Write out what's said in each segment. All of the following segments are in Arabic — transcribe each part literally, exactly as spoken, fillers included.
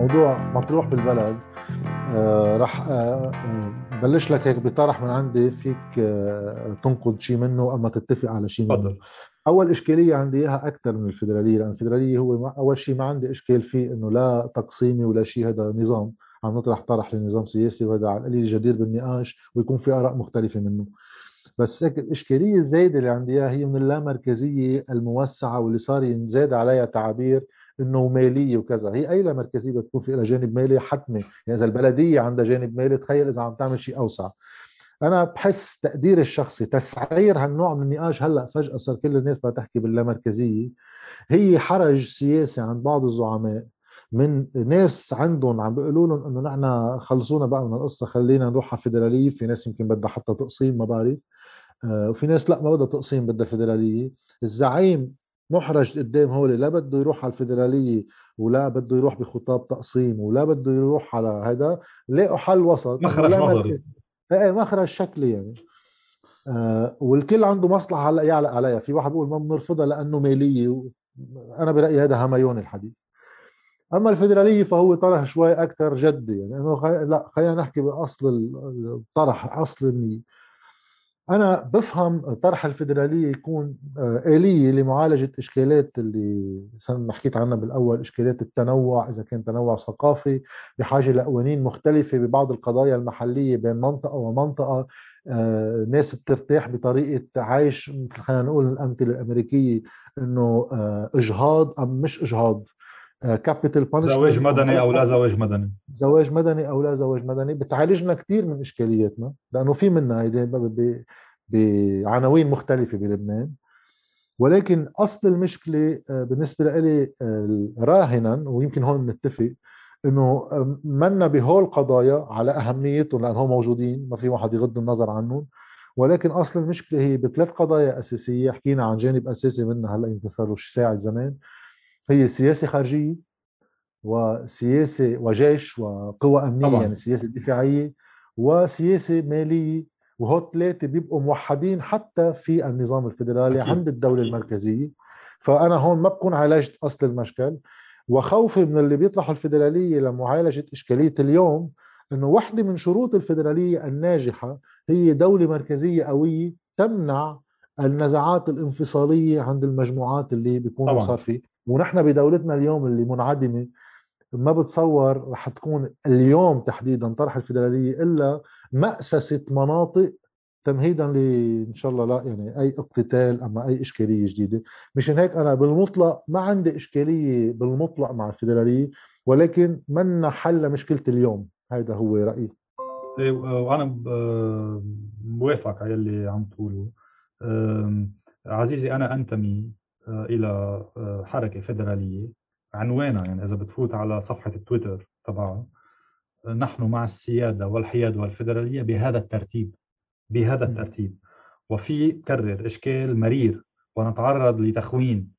موضوع مطروح بالبلد. آه رح آه آه، بلش لك هيك بطرح من عندي، فيك آه تنقد شيء منه أما تتفق على شيء منه. تفضل. أول إشكالية عندي إياها أكثر من الفيدرالية، لأن الفيدرالية هو ما أول شيء ما عندي إشكال فيه إنه لا تقسيمي ولا شيء، هذا نظام عم نطرح طرح لنظام سياسي، وهذا على القليل جدير بالنقاش ويكون في آراء مختلفة منه. بس هيك الإشكالية الزايدة اللي عندي إياها هي من اللامركزية الموسعة، واللي صار ينزاد عليها تعابير انه ماليه وكذا. هي اي لا مركزيه بتكون في لها جانب مالي حتمي، يعني اذا البلديه عندها جانب مالي تخيل اذا عم تعمل شيء اوسع. انا بحس تقديري الشخصي تسعير هالنوع من النقاش هلا فجاه صار كل الناس بدها تحكي باللامركزيه، هي حرج سياسي عند بعض الزعماء، من ناس عندهم عم بيقولوا لهم انه نحن خلصونا بقى من القصه، خلينا نروح على فيدراليه. في ناس يمكن بدها حتى تقسيم، ما بعرف. آه، وفي ناس لا، ما بدها تقسيم، بدها فيدرالية. الزعيم محرج قدام هول، لا بده يروح على الفيدرالية ولا بده يروح بخطاب تقسيم ولا بده يروح على هذا. لاقوا حل وسط انه مخرج لا نظري. مركز. ايه، مخرج شكلي يعني. آه والكل عنده مصلحة هلا يعلق عليها. في واحد بيقول ما بنرفضها لانه مالية و... انا برأيي هذا هميون الحديث. اما الفيدرالية فهو طرح شوي اكثر جدي، يعني انه خي... لا، خلينا نحكي باصل الطرح، اصل النية. أنا بفهم طرح الفيدرالية يكون آه، آلية لمعالجة إشكالات اللي سن- حكيت عنها بالأول، إشكالات التنوع، إذا كان تنوع ثقافي بحاجة لقوانين مختلفة ببعض القضايا المحلية بين منطقة ومنطقة. آه، ناس بترتاح بطريقة عيش، مثل خلينا نقول الأمثلة الأمريكية، إنه آه، إجهاض أم مش إجهاض، كابيتال زواج بانشمنت أم مدني بلا او لا capital- زواج مدني. زواج مدني او لا زواج مدني، بتعالجنا كثير من اشكالياتنا، لانه في منها هيدي ب- ب- بعناوين مختلفه بلبنان. ولكن اصل المشكله آه، بالنسبه لي آه، راهنا، ويمكن هون بنتفق انه آه، منا بهول القضايا على اهميتهم لانهم موجودين، ما في واحد يغض النظر عنهم. ولكن اصل المشكله هي بثلاث قضايا اساسيه، حكينا عن جانب اساسي منها هلا يمكن صار له شي ساعه زمان. هي سياسه خارجيه، وسياسة وجيش وقوى أمنية، يعني طبعا. سياسة دفاعية، وسياسة مالية. وهو ثلاثة بيبقوا موحدين حتى في النظام الفيدرالي اكيد عند الدولة اكيد. المركزية. فأنا هون ما بكون عالجت أصل المشكل، وخوفي من اللي بيطرحوا الفيدرالية لمعالجة إشكالية اليوم، أنه واحدة من شروط الفيدرالية الناجحة هي دولة مركزية قوية تمنع النزعات الانفصالية عند المجموعات اللي بيكونوا صار طبعا. فيه. ونحن بدولتنا اليوم اللي منعدمة، ما بتصور رح تكون اليوم تحديدا طرح الفيدرالية إلا مأسسة مناطق تمهيدا ل إن شاء الله لا يعني أي اقتتال أما أي إشكالية جديدة. مشان هيك أنا بالمطلق ما عندي إشكالية بالمطلق مع الفيدرالية، ولكن منا حل مشكلة اليوم. هذا هو رأيي. إيه، وانا ب- بوافقك على اللي عم تقوله. أم، عزيزي، انا انتمي أه، الى أه، حركه فيدراليه. عنوانها يعني اذا بتفوت على صفحه التويتر تبعها: نحن مع السياده والحياد والفيدراليه بهذا الترتيب. بهذا مم. الترتيب. وفي كرر إشكال مرير ونتعرض لتخوين،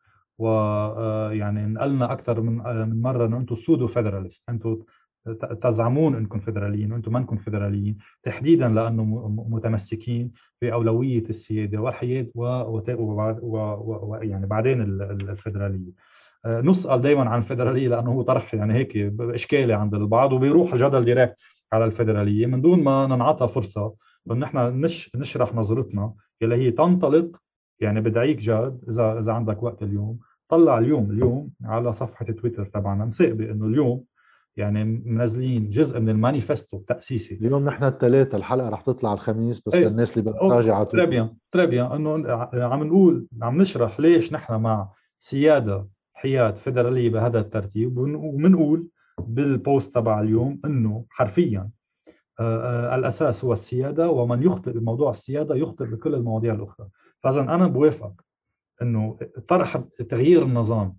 ويعني نقلنا أكثر من آه، من مرة أنه أنتم سودو فيدراليست، أنتم ت- تزعمون أنكم فيدراليين وأنتم ما أنكم فيدراليين، تحديدا لأنه م- متمسكين بأولوية السيادة والحياد و وت- وبعد- و و و يعني بعدين ال- ال- الفيدرالية. آه، نسأل دائما عن الفيدرالية لأنه هو طرح يعني هيك إشكالي عند البعض، وبيروح الجدل ديريكت على الفيدرالية من دون ما ننعطى فرصة انه نحن نش نشرح نظرتنا اللي هي تنطلق. يعني بدعيك جاد، اذا اذا عندك وقت اليوم، طلع اليوم اليوم على صفحه تويتر تبعنا مسابقه انه اليوم يعني منزلين جزء من المانيفستو التاسيسي. اليوم نحن الثلاثة، الحلقة رح تطلع الخميس، بس ايه. للناس اللي بدها او تراجع على تري تويتر. بيان تري بيان انه عم نقول، عم نشرح ليش نحن مع سياده حياد فيدراليه بهذا الترتيب، وبنقول بالبوست تبع اليوم انه حرفيا آه، آه، الأساس هو السيادة، ومن يخطئ بموضوع السيادة يخطئ بكل المواضيع الأخرى. فإذا أنا بوافق أنه طرح تغيير النظام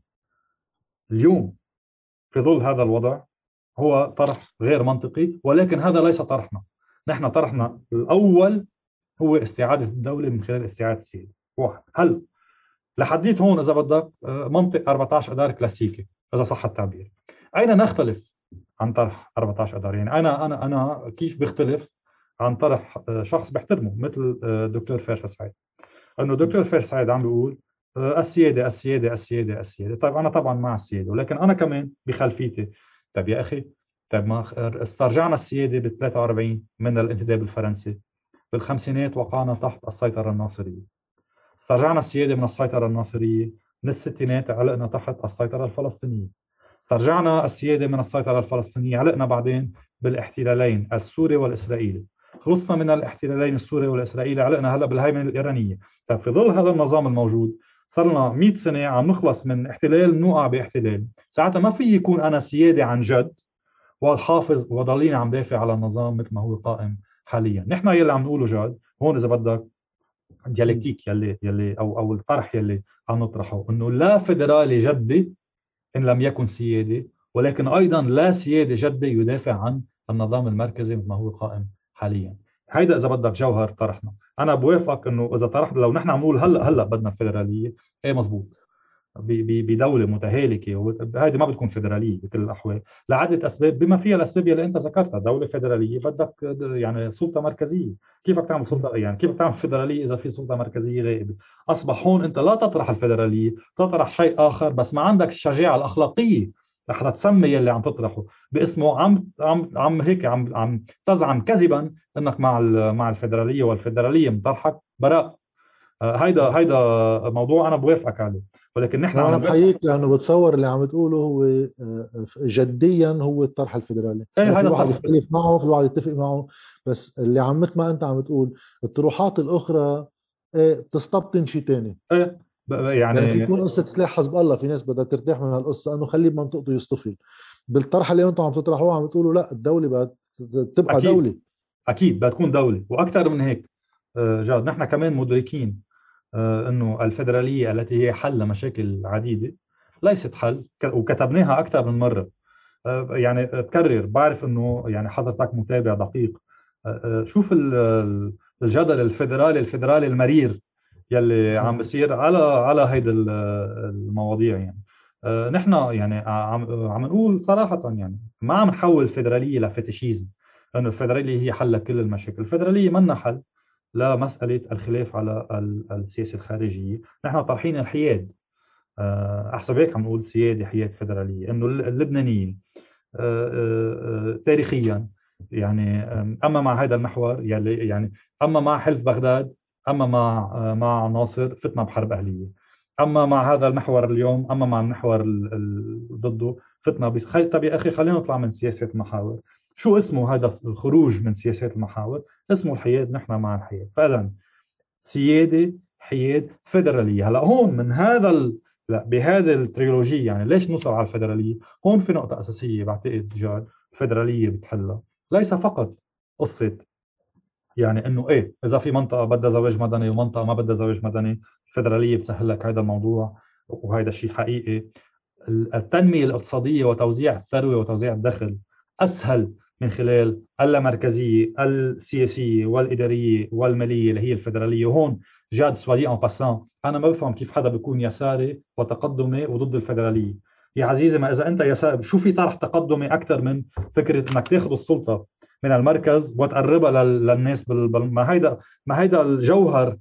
اليوم في ظل هذا الوضع هو طرح غير منطقي، ولكن هذا ليس طرحنا. نحن طرحنا الأول هو استعادة الدولة من خلال استعادة السيادة. واحد. هل لحديت هون إذا بدك آه، منطق أربعة عشر أدار كلاسيكي إذا صح التعبير. أين نختلف عن طرح أربعة عشر أدار؟ يعني أنا أنا أنا كيف بختلف عن طرح آه، شخص بحترمه مثل آه، دكتور فارس سعيد؟ انه دكتور فارس سعيد عم بيقول آه، السياده السياده السياده السياده. طيب انا طبعا مع السياده، ولكن انا كمان بخلفيتي طيب يا اخي، طيب ما استرجعنا السياده بال ثلاثة وأربعين من الانتداب الفرنسي، بالخمسينات وقعنا تحت السيطره الناصريه، استرجعنا السياده من السيطره الناصريه، من الستينات علقنا تحت السيطره الفلسطينيه، استرجعنا السياده من السيطره الفلسطينيه، علقنا بعدين بالاحتلالين السوري والاسرائيلي، خلصنا من الاحتلالين السوري والاسرائيلي، علقنا هلا بالهيمنه الايرانيه. طيب في ظل هذا النظام الموجود صار لنا مئة سنه عم نخلص من احتلال نوقع باحتلال، ساعتها ما في يكون انا سياده عن جد وحافظ وضليني عم دافع على النظام مثل ما هو قائم حاليا. نحن يلي عم نقوله جاد هون اذا بدك الديالكتيك يلي يلي او او الطرح يلي عم نطرحه، انه لا فيدرالي جدي ان لم يكن سيادي، ولكن ايضا لا سيادي جدي يدافع عن النظام المركزي مثل ما هو قائم حاليا. هيدا اذا بدك جوهر طرحنا. انا بوافقك انه اذا طرحنا لو نحن عم نقول هلا هلا بدنا الفيدراليه، ايه مزبوط، بدوله متهالكه، هذه ما بتكون فيدراليه بكل الاحوال لعده اسباب بما فيها الاسباب اللي انت ذكرتها. دوله فيدراليه بدك يعني سلطه مركزيه، كيفك تعمل سلطه يعني كيفك تعمل فيدراليه اذا في سلطه مركزيه غائبه؟ اصبح هون انت لا تطرح الفيدراليه، تطرح شيء اخر، بس ما عندك الشجاعه الاخلاقيه لحتى تسمي اللي عم تطرحه باسمه، عم عم عم هيك عم عم تزعم كذبا انك مع مع الفيدراليه، والفيدراليه مطرحك براء. هيدا هيدا موضوع انا بوافقك عليه، ولكن نحن عم وانا نوافق. بحييك لانه بتصور اللي عم تقوله هو آه، جديا هو الطرح الفدرالي. ايه هلا في هيدا واحد طرح. يختلف معه، في واحد يتفق معه، بس اللي عم مثل ما انت عم تقول الطروحات الاخرى ايه بتستبطن شيء ثاني. ايه يعني في يعني تكون قصه سلاح حزب الله، في ناس بدها ترتاح من هالقصه انه خليه بمنطقته يصطفل. بالطرح اللي انتم عم تطرحوه عم تقولوا لا، الدوله بدها تبقى اكيد دوله. اكيد بدها تكون دوله واكثر من هيك. آه، جاد نحن كمان مدركين آه، انه الفدراليه التي هي حل لمشاكل عديده ليست حل، وكتبناها اكثر من مره. آه، يعني بكرر، بعرف انه يعني حضرتك متابع دقيق. آه، آه، شوف الجدل الفيدرالي الفيدرالي المرير يلي عم بصير على على هيدي المواضيع. يعني آه، نحن يعني عم عم نقول صراحة، يعني ما عم نحول الفيدرالية لفتشيزم، انه الفيدرالية هي حل كل المشاكل. الفيدرالية منا حل لمسألة الخلاف على السياسة الخارجية. نحن طرحين الحياد، احسب هيك عم نقول سيادة حياد فيدرالية، انه اللبنانيين تاريخيا يعني اما مع هذا المحور يلي يعني اما مع حلف بغداد، اما مع مع ناصر فتنا بحرب اهليه، اما مع هذا المحور اليوم، اما مع المحور ضده فتنا بس. طب يا اخي خلينا نطلع من سياسه المحاور. شو اسمه هذا الخروج من سياسات المحاور؟ اسمه الحياد. نحن مع الحياد فعلا، سياده حياد فيدراليه. هلا هون من هذا ال... لا بهذا التريلوجي يعني ليش نوصل على الفيدراليه؟ هون في نقطه اساسيه بعتقد جاد الفيدراليه بتحلها، ليس فقط قصه يعني انه ايه اذا في منطقه بدها زواج مدني ومنطقه ما بدها زواج مدني، الفيدراليه بتسهل لك هذا الموضوع وهذا الشيء حقيقي. التنميه الاقتصاديه وتوزيع الثروه وتوزيع الدخل اسهل من خلال اللامركزيه السياسيه والاداريه والماليه اللي هي الفدراليه. وهون جاد سوالي ان باسان، انا ما بفهم كيف حدا بيكون يساري وتقدمي وضد الفدراليه. يا عزيزي، ما اذا انت يسار شو في طرح تقدمي اكثر من فكره انك تاخذ السلطه من المركز وتقربها للناس بال... ما هيدا ما هيدا الجوهر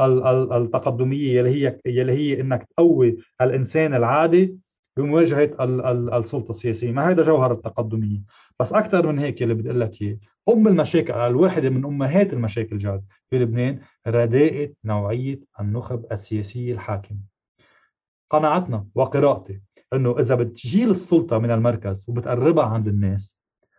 التقدميه اللي هي اللي هي انك تقوي الانسان العادي بمواجهه السلطه السياسيه. ما هذا جوهر التقدميه. بس اكثر من هيك اللي بدي اقول لك اياه، ام المشاكل الواحده من امهات المشاكل جاد في لبنان رداءه نوعيه النخب السياسيه الحاكمه. قناعتنا وقراءتي انه اذا بتجيل السلطه من المركز وبتقربها عند الناس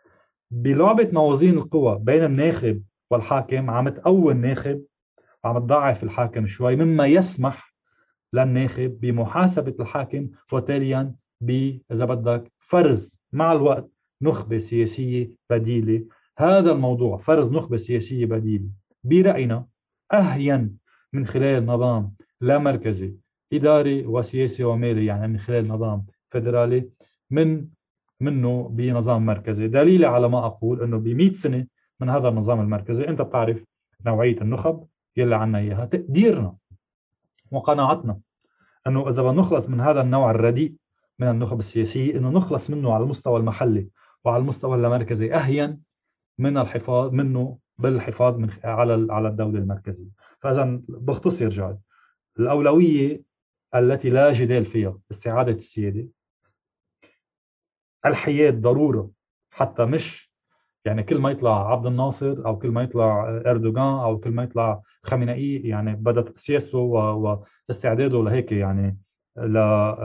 بلعبه موازين القوى بين الناخب والحاكم، عم تقوي الناخب وعم تضعف الحاكم شوي، مما يسمح للناخب بمحاسبة الحاكم وتاليا ب إذا بدك فرز مع الوقت نخبة سياسية بديلة. هذا الموضوع فرز نخبة سياسية بديلة برأينا أهين من خلال نظام لا مركزي إداري وسياسي ومالي، يعني من خلال نظام فدرالي من منه بنظام مركزي. دليل على ما أقول أنه بمئة سنة من هذا النظام المركزي أنت بتعرف نوعية النخب يلي عنا إياها. تقديرنا وقناعتنا أنه إذا بدنا نخلص من هذا النوع الرديء من النخب السياسية، أنه نخلص منه على المستوى المحلي وعلى المستوى اللامركزي أهين من الحفاظ منه بالحفاظ من على على الدولة المركزية. فإذا باختصر جاد، الأولوية التي لا جدال فيها استعادة السيادة، الحياد ضرورة، حتى مش يعني كل ما يطلع عبد الناصر أو كل ما يطلع أردوغان أو كل ما يطلع خامنئي يعني بدأت سياسته واستعداده لهيك يعني ل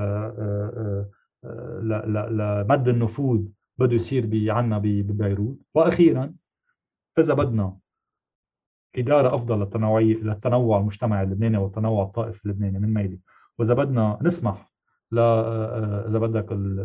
لمد النفوذ بده يصير عنا ببيروت. وأخيرا إذا بدنا إدارة أفضل للتنوعية للتنوع المجتمعي اللبناني والتنوع الطائفي اللبناني من ميلي، وإذا بدنا نسمح ل إذا بدك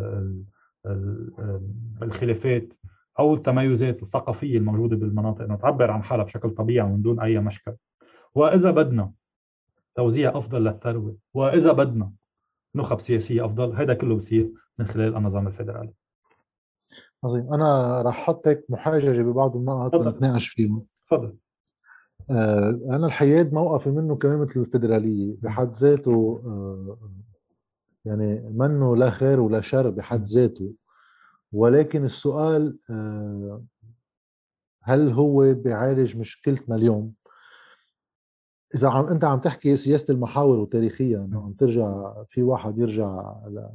الخلافات أو التميزات الثقافية الموجودة بالمناطق أنه تعبر عن حالها بشكل طبيعي ومن دون أي مشكل، وإذا بدنا توزيع أفضل للثروة، وإذا بدنا نخب سياسية أفضل، هذا كله بصير من خلال النظام الفيدرالي. عظيم. أنا رح حطك محاججة ببعض النقط لنتناقش فيهم. تفضل. آه أنا الحياد موقفي منه كمان مثل الفيدرالية بحد ذاته، آه يعني منه لا خير ولا شر بحد ذاته، ولكن السؤال آه هل هو بيعالج مشكلتنا اليوم؟ إذا عم أنت عم تحكي سياسة المحاور وتاريخيا عم ترجع في واحد يرجع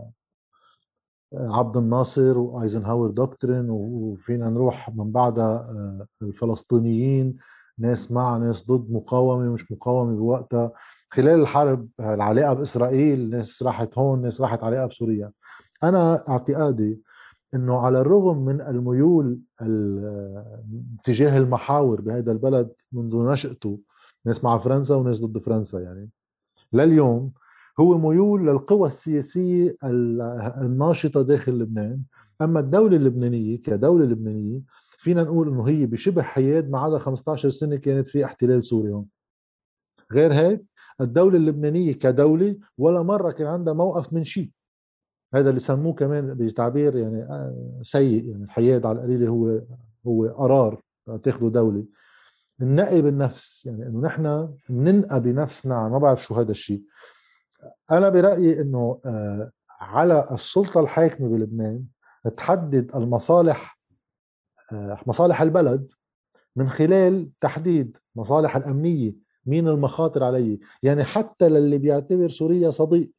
عبد الناصر وايزنهاور دوكترين، وفينا نروح من بعدها الفلسطينيين، ناس مع ناس ضد، مقاومة مش مقاومة بوقتها. خلال الحرب العلاقة بإسرائيل ناس راحت هون ناس راحت علاقة بسوريا. أنا اعتقادي أنه على الرغم من الميول تجاه المحاور بهذا البلد منذ نشأته، ناس مع فرنسا وناس ضد فرنسا يعني لليوم، هو ميول للقوى السياسية الناشطة داخل لبنان. أما الدولة اللبنانية كدولة لبنانية فينا نقول أنه هي بشبه حياد، ما عدا خمسة عشر سنة كانت في احتلال سوري هون. غير هيك الدولة اللبنانية كدولة ولا مرة كان عندها موقف من شيء. هذا اللي سموه كمان بتعبير يعني سيء، يعني الحياد على القليلة هو هو قرار تاخده دولة. النقي بالنفس، يعني انه نحن ننقى بنفسنا، ما بعرف شو هذا الشيء. أنا برأيي أنه على السلطة الحاكمة بلبنان تحدد المصالح، مصالح البلد من خلال تحديد مصالح الأمنية، مين المخاطر علي. يعني حتى للي بيعتبر سوريا صديق،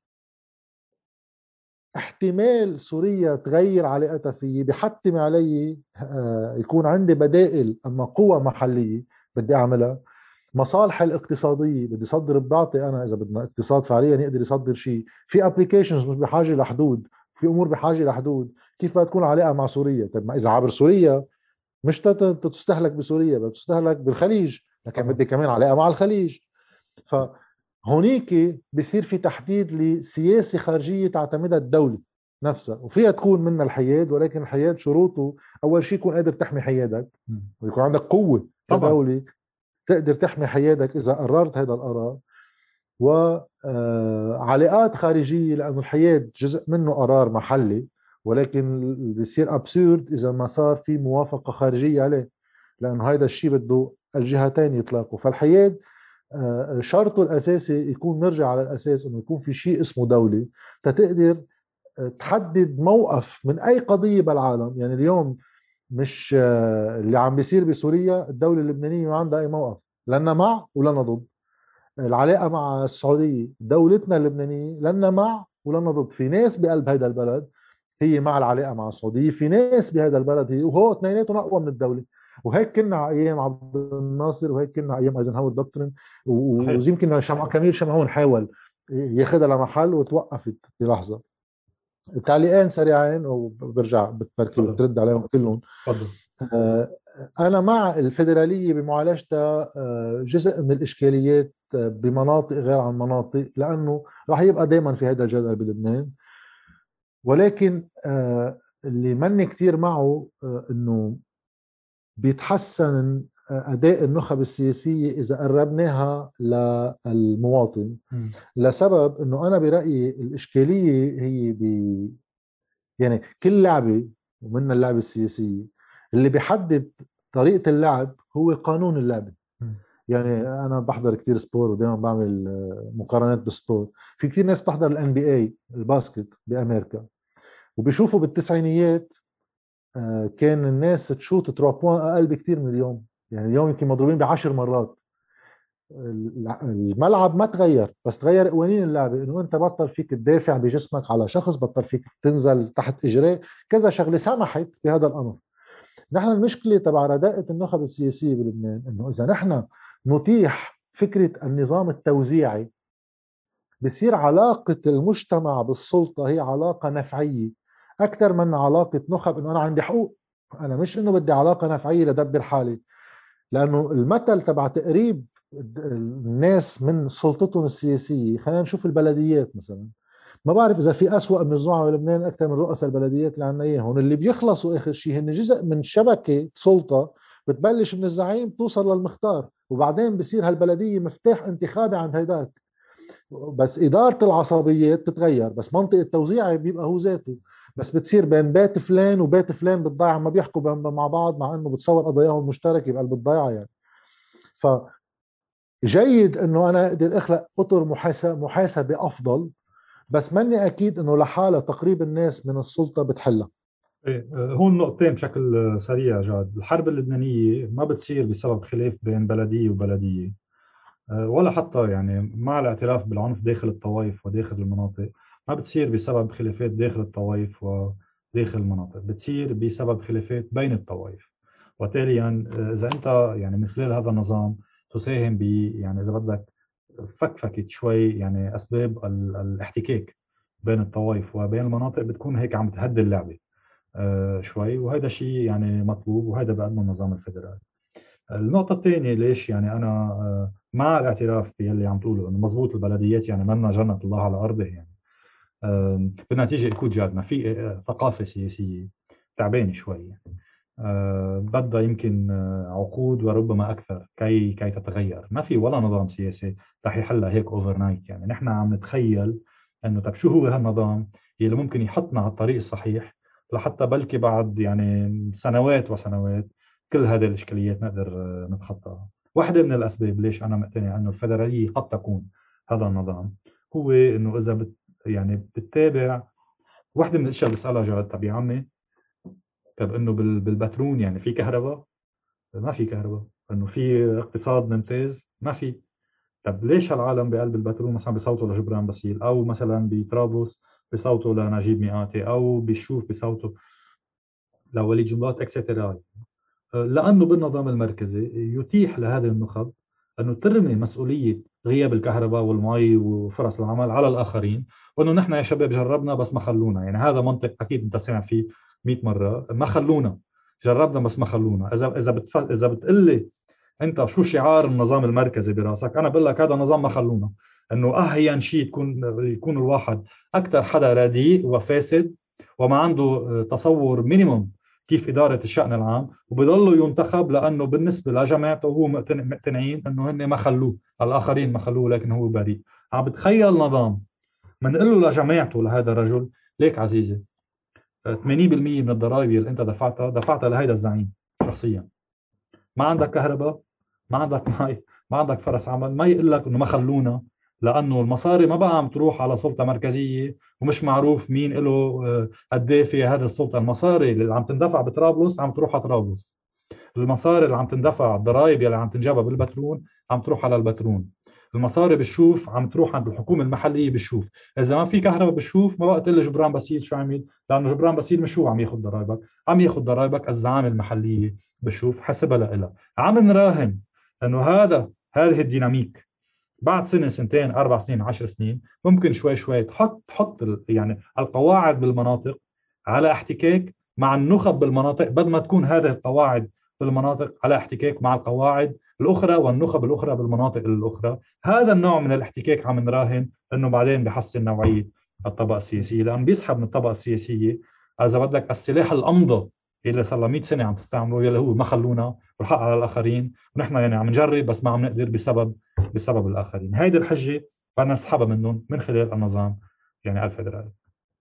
احتمال سوريا تغير علاقتها فيه بحتم علي يكون عندي بدائل. أما قوة محلية بدي أعملها، مصالح الاقتصادية بدي صدر بضاعتي. أنا إذا بدنا اقتصاد فعليا يقدر يصدر شيء، في ابليكيشنز مش بحاجة لحدود، في أمور بحاجة لحدود. كيف بدها تكون علاقة مع سوريا؟ طيب ما إذا عبر سوريا مش تستهلك بسوريا، بدها تستهلك بالخليج، لكن بدي كمان علاقة مع الخليج. فهونيك بصير في تحديد لسياسة خارجية تعتمدها الدولة نفسها، وفيها تكون من الحياد، ولكن الحياد شروطه أول شيء يكون قادر تحمي حيادك ويكون عندك قوة كدولة تقدر تحمي حيادك إذا قررت هذا القرار، وعلاقات خارجية لأنه الحياد جزء منه قرار محلي، ولكن بيصير أبسورد إذا ما صار في موافقة خارجية عليه، لأنه هذا الشيء بده الجهتين يطلقوا. فالحياد شرطه الأساسي يكون نرجع على الأساس أنه يكون في شيء اسمه دولة تتقدر تحدد موقف من أي قضية بالعالم. يعني اليوم مش اللي عم بيصير بسوريا، الدولة اللبنانية ما عندها أي موقف، لنا مع ولنا ضد. العلاقة مع السعودية، دولتنا اللبنانية لنا مع ولنا ضد. في ناس بقلب هذا البلد هي مع العلاقة مع السعودية، في ناس بهذا البلد هي، وهو اثنيناتهم أقوى من الدولة. وهيك كنا أيام عبد الناصر، وهيك كنا أيام أيزنهاور دوكترين، ويمكن شمع كميل شمعون حاول ياخذها لمحل وتوقفت بلحظة. تعليقين سريعين وبرجع بتبركي بترد عليهم كلهم. أنا مع الفيدرالية بمعالجتها جزء من الإشكاليات بمناطق غير عن مناطق، لأنه راح يبقى دايما في هذا الجدل بلبنان. ولكن اللي مني كتير معه أنه بيتحسن أداء النخب السياسية إذا قربناها للمواطن، لسبب أنه أنا برأيي الإشكالية هي بي يعني كل لعبة ومنها اللعبة السياسية اللي بيحدد طريقة اللعب هو قانون اللعبة. يعني أنا بحضر كتير سبور ودائما بعمل مقارنات بالسبور. في كتير ناس بحضر الان بي اي الباسكت بأمريكا وبيشوفوا بالتسعينيات كان الناس تشوت تروا بوان أقل بكتير من اليوم. يعني اليوم يمكن مضروبين بعشر مرات. الملعب ما تغير، بس تغير قوانين اللعبة، انه انت بطل فيك تدافع بجسمك على شخص، بطل فيك تنزل تحت اجريه، كذا شغلة سمحت بهذا الامر. نحن المشكلة تبع رداءة النخب السياسية بلبنان انه اذا نحن نتيح فكرة النظام التوزيعي، بصير علاقة المجتمع بالسلطة هي علاقة نفعية اكثر من علاقة نخب انه انا عندي حقوق. انا مش انه بدي علاقة نفعية لدبر حالي، لانه المثل تبع تقريب الناس من سلطتهم السياسيه، خلينا نشوف البلديات مثلا. ما بعرف اذا في اسوأ من الزعماء بلبنان اكثر من رؤساء البلديات اللي عندنا اياهم، اللي بيخلصوا اخر شيء هن جزء من شبكه سلطه بتبلش من الزعيم توصل للمختار، وبعدين بصير هالبلديه مفتاح انتخابي عند هيداك. بس اداره العصبيات بتتغير، بس منطق التوزيع بيبقى هو ذاته. بس بتصير بين بيت فلان وبيت فلان بالضيعه، ما بيحكوا مع بعض، مع انه بتصور قضاياهم المشتركه بقلب الضيعه يعني. فجيد انه انا اقدر اخلق اطر محاسبه محاسبه افضل، بس ماني اكيد انه لحالها تقريب الناس من السلطه بتحلها. إيه، آه، هون نقطتين بشكل آه، سريع جاد. الحرب اللبنانية ما بتصير بسبب خلاف بين بلدية وبلدية، آه، ولا حتى يعني مع الاعتراف بالعنف داخل الطوائف وداخل المناطق. ما بتصير بسبب خلافات داخل الطوائف وداخل المناطق، بتصير بسبب خلافات بين الطوائف. وتاليا آه، إذا أنت يعني من خلال هذا النظام تساهم ب يعني إذا بدك فكفكت شوي يعني أسباب ال- الاحتكاك بين الطوائف وبين المناطق، بتكون هيك عم تهدي اللعبة آه، شوي. وهذا شيء يعني مطلوب، وهذا بقدمه النظام الفدرالي. النقطة الثانية ليش يعني أنا آه، مع الاعتراف باللي عم تقوله إنه مزبوط البلديات يعني منا جنة الله على أرضه يعني. آم، بالنتيجة يكون جادنا في آه، ثقافة سياسية تعبانة شوي يعني. آه، بدها يمكن آه، عقود وربما أكثر كي كي تتغير. ما في ولا نظام سياسي رح يحلها هيك أوفر نايت. يعني نحن عم نتخيل إنه طب شو هو هالنظام اللي ممكن يحطنا على الطريق الصحيح، لحتى بلكي بعد يعني سنوات وسنوات كل هذه الإشكاليات نقدر آه، نتخطاها. واحدة من الأسباب ليش أنا مقتنع أنه الفدرالية قد تكون هذا النظام هو أنه إذا بت يعني بتتابع واحدة من الأشياء اللي بسألها جاد، طب يا عمي، طب انه بالبترون يعني في كهرباء؟ ما في كهرباء. انه في اقتصاد ممتاز؟ ما في. طب ليش هالعالم بقلب البترول مثلا بيصوتوا لجبران باسيل، او مثلا بطرابلس بيصوتوا لنجيب مئاتي، او بالشوف بيصوتوا لوليد جنبلاط اكسترا؟ لانه بالنظام المركزي يتيح لهذه النخب انه ترمي مسؤوليه غياب الكهرباء والمي وفرص العمل على الاخرين، وانه نحن يا شباب جربنا بس ما خلونا. يعني هذا منطق اكيد انت سمع فيه مئة مره، ما خلونا، جربنا بس ما خلونا. اذا اذا بتف... اذا بتقلي انت شو شعار النظام المركزي براسك، انا بقول لك هذا نظام ما خلونا. انه اهين شيء تكون يكون الواحد اكثر حدا رديء وفاسد وما عنده تصور مينيموم كيف إدارة الشأن العام، وبضله ينتخب لأنه بالنسبة لجماعته هو مقتنعين أنه هن ما خلوه، الآخرين ما خلوه لكن هو بريء. عم بتخيل نظام منقول له لجماعته لهذا الرجل ليك عزيزي ثمانين بالمئة من الضرائب اللي انت دفعتها دفعتها لهيدا الزعيم شخصيا. ما عندك كهرباء، ما عندك مي، ما عندك فرص عمل. ما يقول لك انه ما خلونا، لانه المصاري ما بقى عم تروح على سلطه مركزيه ومش معروف مين له قد ايه في هذه السلطه. المصاري اللي عم تندفع بطرابلس عم تروح على طرابلس، المصاري اللي عم تندفع الضرائب اللي عم تنجابها بالبترون عم تروح على البترون، المصاري بالشوف عم تروح عند الحكومه المحليه بالشوف. اذا ما في كهرباء بالشوف ما بقى تقول لي جبران باسيل شو عمل، لانه جبران باسيل مش هو عم ياخذ ضرائبك، عم ياخذ ضرائبك الزعامه المحليه بالشوف حسبها لها. عم نراهن انه هذا هذه الديناميك بعد سنه سنتين اربع سنين عشر سنين ممكن شوي شوي تحط تحط يعني القواعد بالمناطق على احتكاك مع النخب بالمناطق، بدل ما تكون هذه القواعد بالمناطق على احتكاك مع القواعد الاخرى والنخب الاخرى بالمناطق الاخرى. هذا النوع من الاحتكاك عم نراهن انه بعدين بحسن نوعيه الطبقه السياسيه، لانه بيسحب من الطبقه السياسيه اذا بدك السلاح الامضى اللي صار له مئة سنه عم تستعمله، يلي هو ما خلونا والحق على الاخرين، ونحن يعني عم نجرب بس ما عم نقدر بسبب بسبب الاخرين. هيدي الحجه بدنا نسحبها منهم من خلال النظام يعني الفدرالي.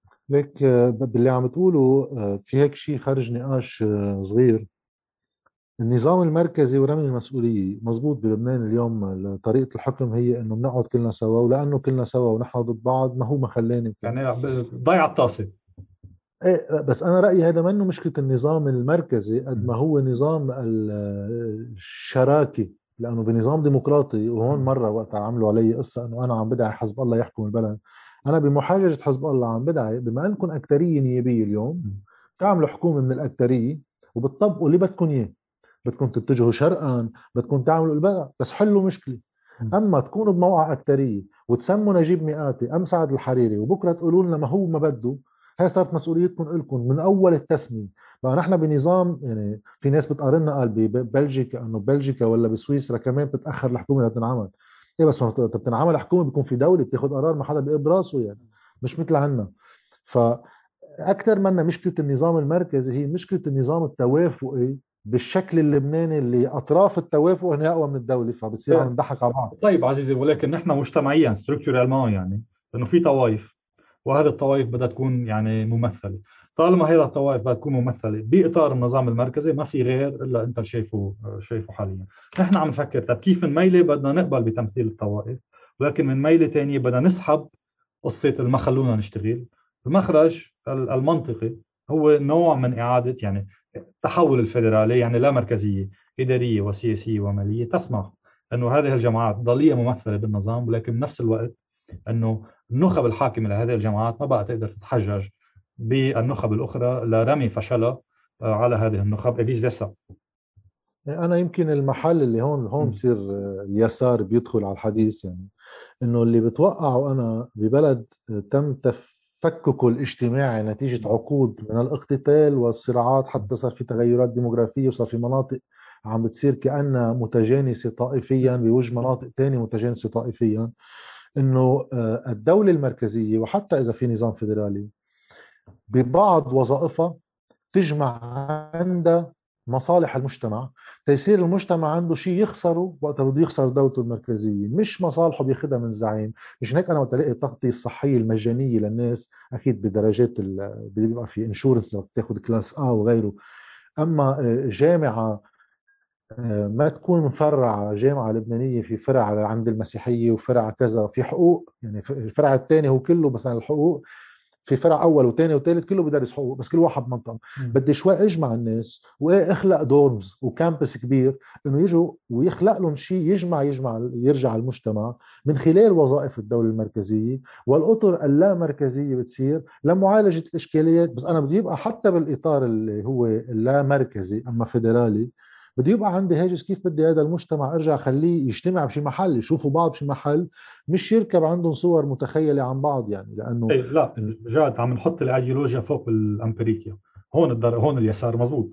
ليك آه، باللي عم تقوله آه، في هيك شيء خارج نقاش آه، صغير. النظام المركزي ورمي المسؤولية مزبوط بلبنان اليوم. طريقة الحكم هي انه بنقعد كلنا سوا، ولانه كلنا سوا ونحن ضد بعض ما هو ما خلاني كده. يعني ضيع الطاسه. ايه بس انا رأيي هذا منه مشكلة النظام المركزي قد ما هو نظام ال- الشراكة لانه بنظام ديمقراطي، وهون مره وقت عملوا علي قصه انه انا عم بدعي حزب الله يحكم البلد، انا بمحاججه حزب الله عم بدعي بما انكم اكثريه نيابيه اليوم تعملوا حكومه من الاكثريه وبتطبقوا اللي بدكم اياه، بدكم تتجهوا شرقا، بدكم تعملوا البلد بس حلوا مشكله. اما تكونوا بموقع اكثريه وتسموا نجيب مئاتي ام سعد الحريري وبكره تقولوا لنا ما هو ما بده، هي صارت مسؤوليتكم لكم من اول التسميه. بقى نحن بنظام، يعني في ناس بتقارنا قال ببلجيكا انه بلجيكا ولا بسويسرا كمان بتتاخر الحكومه لتنعمل. ايه بس ما بتنعمل حكومه بيكون في دوله بتاخذ قرار ما حدا بيقب راسه يعني، مش مثل عنا. فاكثر منا مشكله النظام المركزي هي مشكله النظام التوافقي بالشكل اللبناني اللي اطراف التوافق هن اقوى من الدوله، فبتصير عم نضحك على بعض. طيب عزيزي، ولكن نحن مجتمعيا ستركتورالمون يعني انه في طوائف، وهذه الطوائف بدها تكون يعني ممثله. طالما هذه الطوائف بدها تكون ممثله باطار النظام المركزي، ما في غير الا انت شايفه شايفه حاليا. نحن عم نفكر طب كيف من ميله بدنا نقبل بتمثيل الطوائف، ولكن من ميله ثانيه بدنا نسحب قصه ما خلونا نشتغل. المخرج المنطقي هو نوع من اعاده يعني التحول الفيدرالي، يعني لا مركزيه اداريه وسياسيه وماليه تسمح انه هذه الجماعات ضليه ممثله بالنظام، ولكن بنفس الوقت انه النخب الحاكمه لهذه الجماعات ما بقى تقدر تتحجج بالنخب الاخرى لرمي فشلها على هذه النخب فيس فيرسا. انا يمكن المحل اللي هون هون بصير اليسار بيدخل على الحديث، يعني انه اللي بتوقعه انا ببلد تم تفككه الاجتماعي نتيجة عقود من الاقتتال والصراعات، حتى صار في تغيرات ديموغرافية وصار في مناطق عم بتصير كأنها متجانسة طائفيا بوجه مناطق تانية متجانسة طائفيا. انه الدولة المركزية وحتى اذا في نظام فيدرالي ببعض وظائفها تجمع عندها مصالح المجتمع، تيصير المجتمع عنده شيء يخسره وقت بده يخسر دولته المركزيه، مش مصالحه بياخذها من زعيم. مش هيك انا وقت الاقي التغطيه الصحيه المجانيه للناس، اكيد بدرجات بيبقى في انشورنس بتاخذ كلاس ا وغيره، اما جامعه ما تكون مفرعة، جامعة لبنانية في فرع عند المسيحية وفرع كذا في حقوق، يعني الفرع الثاني هو كله مثلا الحقوق، في فرع اول وثاني وثالث كله بدرس حقوق بس كل واحد منطقه. بدي شوي اجمع الناس واخلق دورمز وكامبس كبير انه يجوا ويخلق لهم شيء يجمع يجمع يرجع المجتمع من خلال وظائف الدوله المركزيه والاطر اللامركزيه بتصير لمعالجه الاشكاليات. بس انا بدي يبقى حتى بالاطار اللي هو اللا مركزي اما فيدرالي، بده يبقى عندي هاجس كيف بدي هذا المجتمع ارجع اخليه يجتمع بشي محل، يشوفوا بعض بشي محل، مش يركب عندهم صور متخيله عن بعض يعني. لانه إيه لا، جاد عم نحط الايديولوجيا فوق الامبيريكيا. هون الدر... هون اليسار مزبوط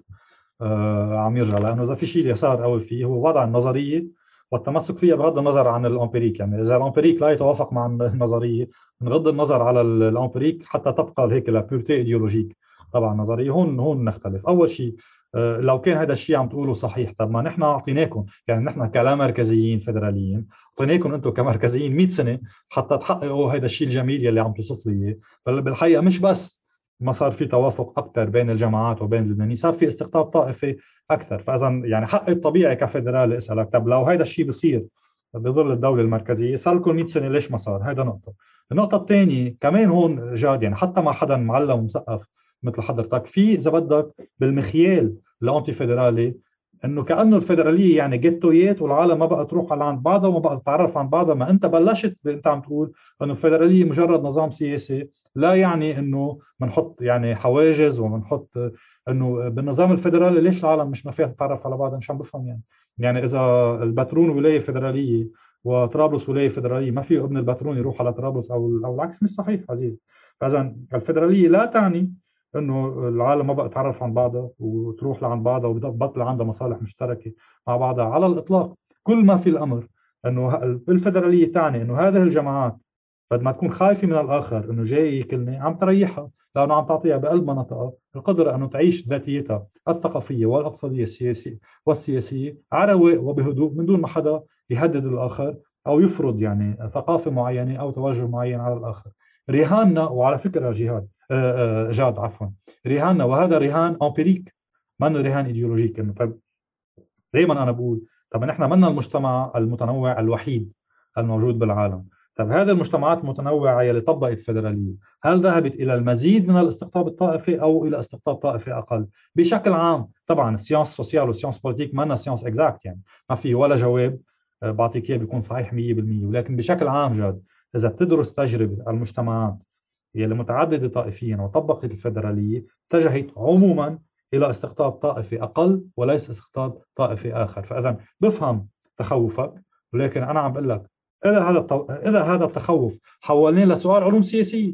آه عم يرجع، لانه اذا في شيء اليسار قوي فيه هو وضع النظريه والتمسك فيها بغض النظر عن الامبيريك. يعني اذا الامبيريك لا يتوافق مع النظريه بغض النظر على الامبيريك حتى تبقى هيك لا بيورتي ايديولوجيك طبعا نظريه. هون هون نختلف. اول شيء آه لو كان هذا الشيء عم تقوله صحيح، طب ما نحن اعطيناكم، يعني نحن كلا مركزيين فيدراليين اعطيناكم انتم كمركزيين مئة سنه حتى تحققوا هذا الشيء الجميل يلي عم توصف لي اياه. بل بالحقيقه مش بس ما صار في توافق اكثر بين الجماعات وبين اللبنانيين، صار في استقطاب طائفي اكثر. فاذا يعني حقي الطبيعي كفدرالي اسالك طب لو هذا الشيء بصير بظل الدوله المركزيه صار لكم مئة سنه ليش ما صار؟ هذا نقطه. النقطه الثانيه كمان هون جاد، يعني حتى مع حدا معلم ومثقف مثل حضرتك، في اذا بدك بالمخيال الانتي فيدرالي انه كانه الفيدراليه يعني جيتويات والعالم ما بقى تروح على عند بعضها وما بقى تتعرف عن بعضها. ما انت بلشت انت عم تقول انه الفيدراليه مجرد نظام سياسي، لا يعني انه بنحط يعني حواجز وبنحط انه بالنظام الفيدرالي ليش العالم مش ما فيها تتعرف على بعضها. مش عم بفهم يعني. يعني اذا البترون ولايه فيدراليه وطرابلس ولايه فيدراليه، ما في ابن البترون يروح على طرابلس او او العكس. مش صحيح عزيز. فاذا الفيدراليه لا تعني انه العالم ما بقى تعرف عن بعضها وتروح لعند بعضها وبطل عندها مصالح مشتركه مع بعضها على الاطلاق. كل ما في الامر انه الفيدراليه تعني انه هذه الجماعات بعد ما تكون خايفه من الاخر انه جاي ياكلني عم تريحها، لانه عم تعطيها بقلب مناطقها القدره انه تعيش ذاتيتها الثقافيه والاقتصاديه السياسيه والسياسيه على رواق وبهدوء من دون ما حدا يهدد الاخر او يفرض يعني ثقافه معينه او توجه معين على الاخر. رهاننا، وعلى فكره جهاد آه جاد عفوا، رهاننا وهذا رهان امبيريك ما انه رهان ايديولوجيك. انه طيب دائما انا بقول طب نحن منا المجتمع المتنوع الوحيد الموجود بالعالم. طب هذه المجتمعات المتنوعة يلي طبقت فيدرالية، هل ذهبت إلى المزيد من الاستقطاب الطائفي أو إلى استقطاب طائفي أقل؟ بشكل عام طبعا السيانس سوسيال والسيانس بوليتيك ما سيانس اكزاكت، يعني ما في ولا جواب آه، بعطيك إياه بيكون صحيح مية بالمية، ولكن بشكل عام جاد إذا بتدرس تجربة المجتمعات يلي متعددة طائفيا وطبقت الفيدرالية، اتجهت عموما إلى استقطاب طائفي أقل وليس استقطاب طائفي آخر. فإذا بفهم تخوفك، ولكن أنا عم بقول لك إذا هذا التو... إذا هذا التخوف حولناه لسؤال علوم سياسية،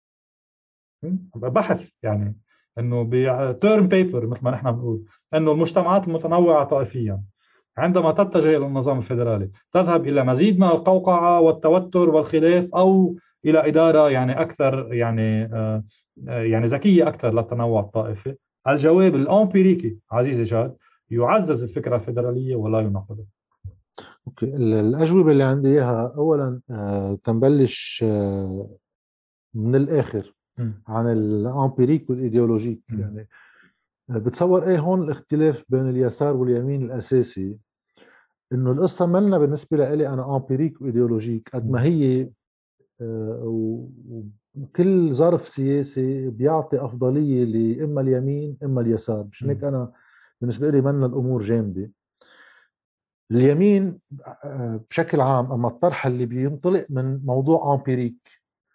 بحث يعني انه بتيرم بيبر مثل ما نحن بنقول انه المجتمعات المتنوعه طائفيا عندما تتجه الى النظام الفيدرالي تذهب الى مزيد من القوقعه والتوتر والخلاف، او الى اداره يعني اكثر يعني آه يعني ذكيه اكثر للتنوع الطائفي؟ الجواب الامبيريكي عزيزي جاد يعزز الفكره الفيدراليه ولا يناقضها. اوكي، ال- الاجوبه اللي عندي اياها اولا آه تنبلش آه من الاخر م. عن الامبيريك والايديولوجيك. م. يعني آه، بتصور ايه هون الاختلاف بين اليسار واليمين الاساسي؟ انه القصه مالنا بالنسبه لي انا امبيريك وايديولوجيك قد م. ما هي آه، و- وكل ظرف سياسي بيعطي افضليه لاما اليمين اما اليسار. مش م. هيك انا بالنسبه لي مالنا الامور جامده. اليمين آه، بشكل عام اما الطرح اللي بينطلق من موضوع امبيريك،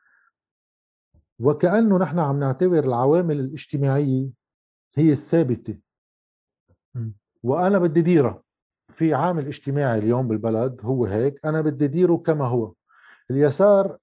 وكأنه نحن عم نعتبر العوامل الاجتماعية هي الثابتة م. وأنا بدي ديرها. في عامل اجتماعي اليوم بالبلد هو هيك، أنا بدي ديره كما هو. اليسار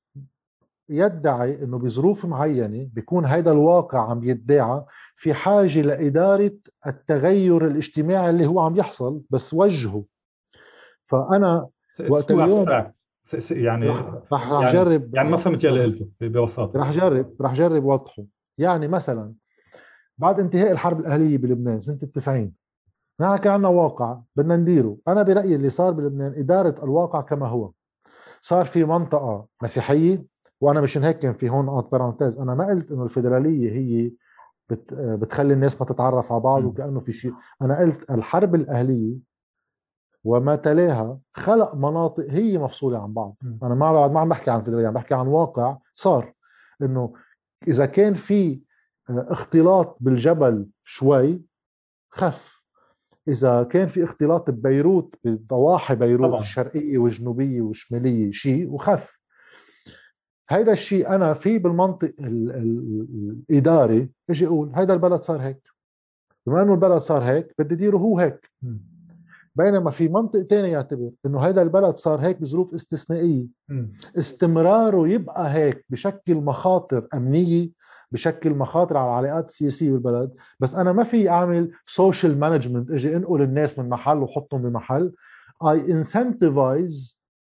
يدعي أنه بظروف معينة بيكون هيدا الواقع عم يدعى في حاجة لإدارة التغير الاجتماعي اللي هو عم يحصل، بس وجهه. فأنا It's وقت too اليوم abstract. س- س- يعني رح رح رح يعني جرب يعني ما رح فهمت يلي رح قلته ببساطة. رح جرب رح جرب وضحه. يعني مثلا بعد انتهاء الحرب الأهلية بلبنان سنة التسعين، نحن كان عندنا واقع بدنا نديره. أنا برأيي اللي صار بلبنان إدارة الواقع كما هو. صار في منطقة مسيحية، وأنا مشان هيك كان في هون أنت بارانتيز، أنا ما قلت إنه الفيدرالية هي بت بتخلي الناس ما تتعرف على بعض م. وكأنه في شيء. أنا قلت الحرب الأهلية وما تلاها خلق مناطق هي مفصولة عن بعض. م. أنا ما بعد ما عم بحكي عن فيدرالية، عم بحكي عن واقع صار. إنه إذا كان في آه، اختلاط بالجبل شوي خف، إذا كان في اختلاط ببيروت بضواحي بيروت طبعا. الشرقية والجنوبية والشمالية شيء وخف. هيدا الشيء أنا في بالمنطق ال ال الإداري اجي أقول هيدا البلد صار هيك، بما أنه البلد صار هيك بدي ديره هو هيك. م. بينما في منطق تاني يعتبر إنه هيدا البلد صار هيك بظروف استثنائية، م. استمراره يبقى هيك بشكل مخاطر أمنية، بشكل مخاطر على العلاقات السياسية بالبلد. بس أنا ما في أعمل سوشيال مانجمنت اجي انقل الناس من محل وحطهم بمحل. I incentivize،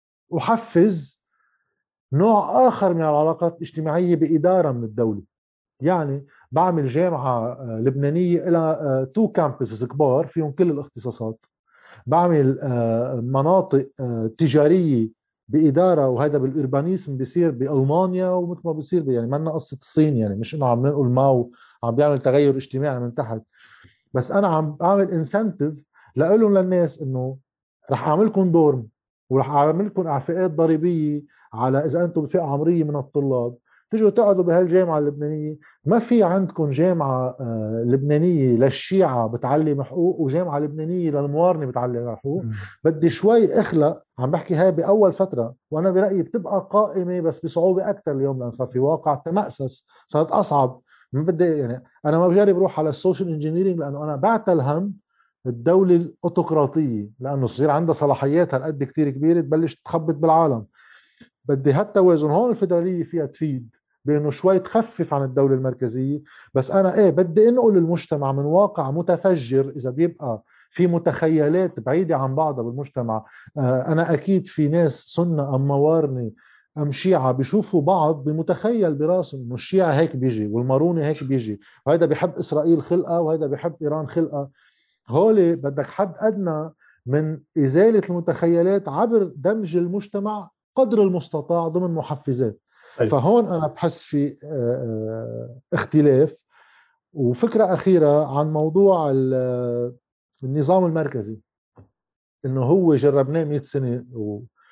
أحفز نوع آخر من العلاقات الاجتماعية بإدارة من الدولة. يعني بعمل جامعة آه، لبنانية إلى تو كامبسز كبار فيهم كل الاختصاصات. بعمل آه، مناطق آه، تجارية بإدارة، وهذا بالإربانيسم بيصير بألمانيا ومثل ما بيصير يعني منا قصة الصين. يعني مش إنه عم نقول ماو عم بيعمل تغير اجتماعي من تحت، بس أنا عم بعمل انسنتيف لقولهم للناس إنه رح أعملكم دورم ورح أعمل لكم إعفاءات ضريبية على إذا أنتم بفئة عمرية من الطلاب تجوا تقعدوا بهالجامعة اللبنانية. ما في عندكم جامعة آه، لبنانية للشيعة بتعلم حقوق وجامعة لبنانية للموارنة بتعلم حقوق. م. بدي شوي اخلق. عم بحكي هاي بأول فترة، وأنا برأيي بتبقى قائمة بس بصعوبة أكثر اليوم لأن صار في واقع تمأسس، صارت أصعب. ما بدي يعني أنا ما بجرب روح على السوشيال انجينيرينج لأنه أنا بعتل هم الدولة الأوتقراطية لأنه صير عندها صلاحيات هالقد كتير كبيرة تبلش تخبط بالعالم. بدي هالتوازن هون الفيدرالية فيها تفيد بانه شوي تخفف عن الدولة المركزية. بس انا ايه بدي انقل المجتمع من واقع متفجر اذا بيبقى في متخيلات بعيدة عن بعضها بالمجتمع. آه انا اكيد في ناس سنة ام موارنة ام شيعة بيشوفوا بعض بمتخيل براسهم انه الشيعة هيك بيجي والماروني هيك بيجي، وهذا بيحب اسرائيل خلقة وهذا بيحب ايران خلقة. هولي بدك حد ادنى من ازالة المتخيلات عبر دمج المجتمع قدر المستطاع ضمن محفزات. طيب. فهون أنا بحس في آه، آه، اختلاف. وفكرة أخيرة عن موضوع النظام المركزي، إنه هو جربناه مئة سنة و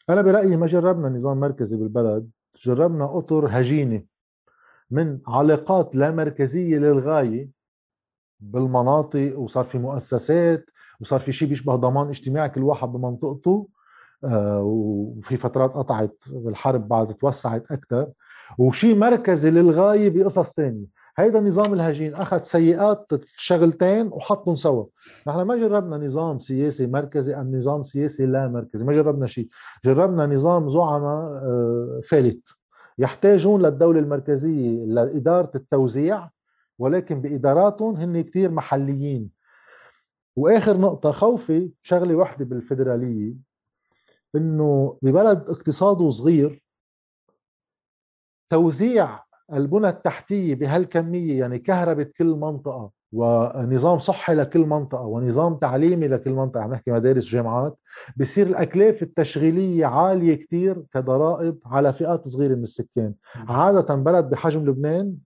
انا برايي ما جربنا نظام مركزي بالبلد، جربنا اطر هجينه من علاقات لا مركزيه للغايه بالمناطق، وصار في مؤسسات، وصار في شيء بيشبه ضمان اجتماعي كل واحد بمنطقته. آه، وفي فترات قطعت بالحرب بعد توسعت أكثر، وشيء مركزي للغاية بقصص تانية. هيدا نظام الهجين أخذ سيئات الشغلتين وحطهم سوا. نحن ما جربنا نظام سياسي مركزي أم نظام سياسي لا مركزي، ما جربنا شيء. جربنا نظام زعماء آه، فالت يحتاجون للدولة المركزية لإدارة التوزيع، ولكن بإداراتهم هن كتير محليين. وآخر نقطة، خوفي شغلة واحدة بالفيدرالية، انه ببلد اقتصاده صغير توزيع البنى التحتية بهالكمية، يعني كهرباء كل منطقة ونظام صحي لكل منطقة ونظام تعليمي لكل منطقة، عم نحكي مدارس جامعات، بصير الأكلاف التشغيلية عالية كتير كضرائب على فئات صغيرة من السكان. عادة بلد بحجم لبنان،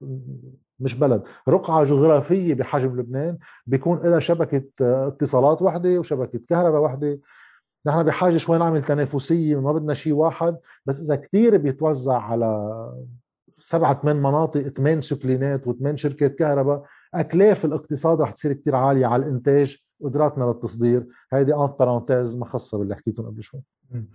مش بلد، رقعة جغرافية بحجم لبنان، بيكون لها شبكة اتصالات وحدة وشبكة كهرباء وحدة. نحن بحاجه شوي نعمل تنافسيه، ما بدنا شيء واحد، بس اذا كتير بيتوزع على سبعة ثمان مناطق، ثمان سكلينات وثمان شركات كهرباء، اكلاف الاقتصاد رح تصير كتير عاليه على الانتاج وقدراتنا للتصدير. هيدي ان بارانتيز ما خاصه باللي حكيتهم قبل شوي.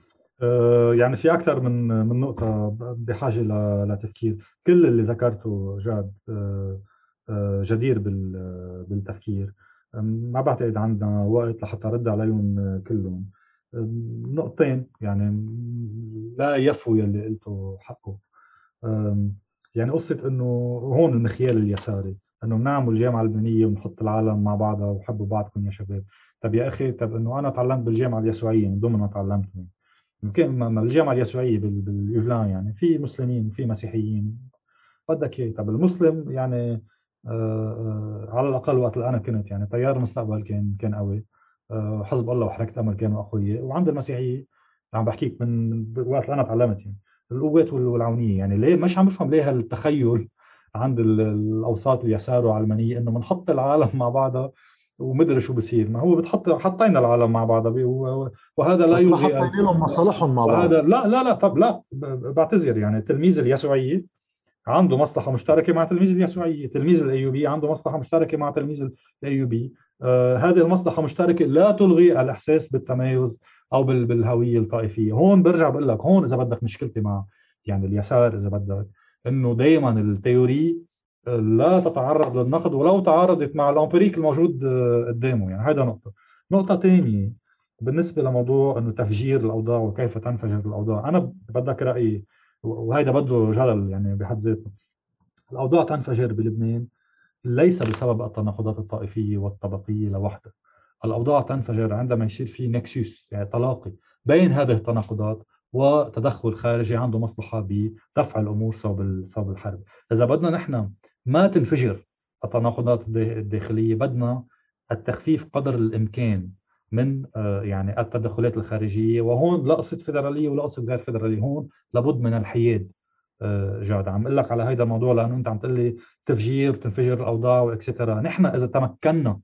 آه، يعني في أكثر من من نقطة بحاجة ل- لتفكير. كل اللي ذكرته جاد آه، آه، جدير بال- بالتفكير. أم، ما بعتقد عندنا وقت لحتى أرد عليهم كلهم. أم، نقطتين يعني لا يفوا يلي قلته حقه. أم، يعني قصة إنه هون المخيال اليساري، إنه بنعمل الجامعة اللبنانية ونحط العالم مع بعضها وحبوا بعضكم يا شباب. طب يا أخي، طب إنه أنا تعلمت بالجامعة اليسوعية من ضمن ما تعلمت. يمكن ما- ما الجامعة اليسوعية بال- باليوفلان يعني في مسلمين وفي مسيحيين، بدك ايه. طب المسلم يعني آه، آه، على الأقل وقت اللي أنا كنت يعني تيار المستقبل كان كان قوي. آه، حزب الله وحركة أمل كانوا أخوية. وعند المسيحية عم بحكيك من من وقت اللي أنا تعلمت يعني القوات وال- والعونية. يعني ليه مش عم بفهم ليه هالتخيل عند ال- الأوساط اليسار والعلمانية إنه بنحط العالم مع بعضها ومدري شو بصير. ما هو بتحط حطينا العالم مع بعضها بي- و- وهذا لا بس ما يلغي. حطينا لهم مصالحهم مع بعض. وهذا لا لا لا طب لا ب- بعتذر يعني التلميذ اليسوعي عنده مصلحة مشتركة مع تلميذ اليسوعية، تلميذ الأيوبي عنده مصلحة مشتركة مع تلميذ الأيوبي. آه هذه المصلحة المشتركة لا تلغي الإحساس بالتمايز أو بال- بالهوية الطائفية. هون برجع بقول لك، هون إذا بدك مشكلتي مع يعني اليسار إذا بدك، إنه دائما التيوري آه، لا تتعرض للنقد ولو تعارضت مع الأمبريك الموجود آه، قدامه. يعني هذا نقطة. نقطة ثانية بالنسبة لموضوع إنه تفجير الأوضاع وكيف تنفجر الأوضاع، أنا بدك رأيي وهيدا بده جدل يعني بحد ذاته. الأوضاع تنفجر بلبنان ليس بسبب التناقضات الطائفية والطبقية لوحدها. الأوضاع تنفجر عندما يصير في نكسوس، يعني تلاقي بين هذه التناقضات وتدخل خارجي عنده مصلحة بدفع الأمور صوب صوب الحرب. إذا بدنا نحن ما تنفجر التناقضات الداخلية، بدنا التخفيف قدر الإمكان من آه، يعني التدخلات الخارجية. وهون لا قصة فيدرالية ولا قصة غير فيدرالية، هون لابد من الحياد. آه، جاد عم اقول لك على هذا الموضوع لانه انت عم تقول لي تفجير تنفجر الاوضاع واكسترا. نحن اذا تمكنا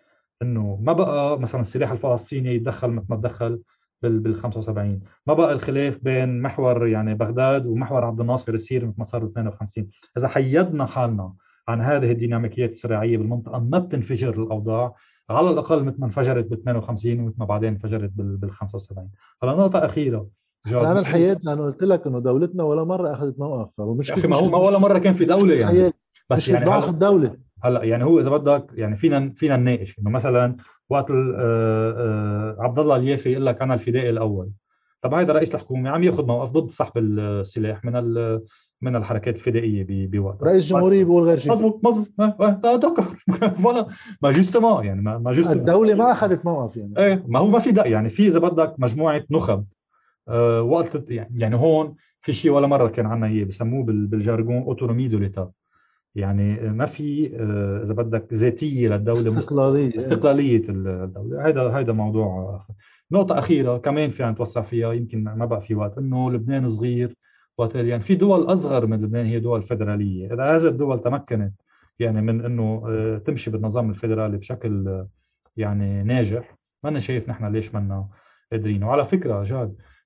انه ما بقى مثلا السلاح الفلسطيني يتدخل مثل ما تدخل بال بال خمسة وسبعين، ما بقى الخلاف بين محور يعني بغداد ومحور عبد الناصر يصير مثل ما صار ب اثنين وخمسين. اذا حيدنا حالنا عن هذه الديناميكيات الصراعيه بالمنطقه، ما بتنفجر الاوضاع على الاقل مثل ما انفجرت ب اثنين وخمسين ومثل ما بعدين انفجرت بال بال خمسة وسبعين. هلا نقطه اخيره جاد. انا الحياد لانه قلت لك انه دولتنا ولا مره اخذت موقف، فهو يا مشكله اخي ما هو مش ما ولا مشكله مره كان في دوله يعني. الحياد، بس مشكله يعني ضعف هلا الدوله. هلا يعني هو اذا بدك يعني فينا فينا نناقش انه مثلا وقت ال- آه، آه، عبد الله اليافي يقول لك انا الفدائي الاول. طب هذا رئيس الحكومه عم ياخذ موقف ضد سحب السلاح من ال- من الحركات الفدائيه ب- بوقتها. رئيس جمهوريه بيقول غير شيء. مضبوط مضبوط ما ما- دكر فوالا. ما جوستومون يعني ما ما جوستومون. الدوله ما اخذت موقف يعني. ايه ما هو ما في داعي يعني في اذا بدك مجموعه نخب. آه، وقت يعني يعني هون في شيء ولا مره كان عنا اياه بسموه بال- بالجارجون اوتونومي دو ليتا. يعني ما في آه، اذا بدك ذاتيه للدوله، مست- استقلاليه إيه. استقلاليه الدوله. هذا هذا موضوع آخر. نقطه اخيره كمان فينا نتوسع فيها، يمكن ما بقى في وقت، انه لبنان صغير وقتها يعني في دول اصغر من لبنان هي دول فيدراليه. اذا هذه الدول تمكنت يعني من انه آه، تمشي بالنظام الفيدرالي بشكل آه، يعني ناجح، ما انا شايف نحن ليش منا قادرين. وعلى فكره جاد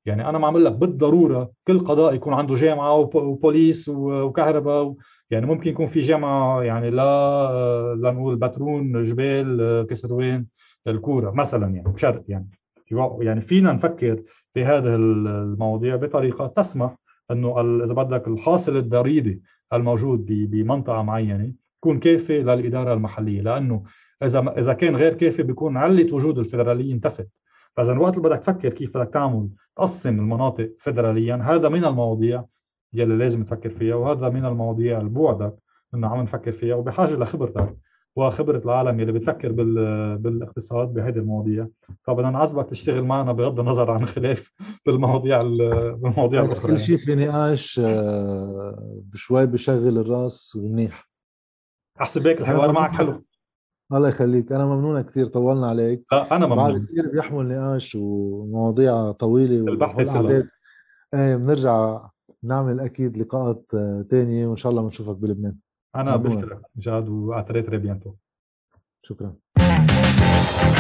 يعني انا ما عامل لك بالضروره كل قضاء يكون عنده جامعه وبوليس وكهرباء، يعني ممكن يكون في جامعه يعني لا لنقول بترون جبال كسروان الكوره مثلا، يعني بشرط يعني يعني فينا نفكر في هذه المواضيع بطريقه تسمح انه اذا بدك الحاصل الضريبي الموجود بمنطقه معينه يكون كافي للاداره المحليه، لانه اذا اذا كان غير كافي بيكون علة وجود الفدراليه انتفت. فاذا الوقت اللي بدك تفكر كيف بدك تعمل تقسم المناطق فدراليا، هذا من المواضيع يلي لازم تفكر فيها، وهذا من المواضيع اللي بوعدك انه عم نفكر فيها، وبحاجه لخبرتك وخبره العالم يلي بتفكر بال... بالاقتصاد بهذه المواضيع. فبدنا نعذبك تشتغل معنا بغض النظر عن خلاف بالمواضيع ال... بالمواضيع بالعكس الاخرى كل يعني. شيء في نقاش آه، بشوي بشغل الراس منيح. احسب هيك انا الحوار معك ممنونك، حلو. الله يخليك، انا ممنونك كثير، طولنا عليك. لا انا بعد ممنون. كثير بيحمل نقاش ومواضيع طويلة البحث سلام. وهالقعدات. ايه بنرجع نعمل اكيد لقاءات آه، تانية، وان شاء الله بنشوفك بلبنان. انا ممنونك. بشكرك جاد، واتريت بيانتو. شكرا.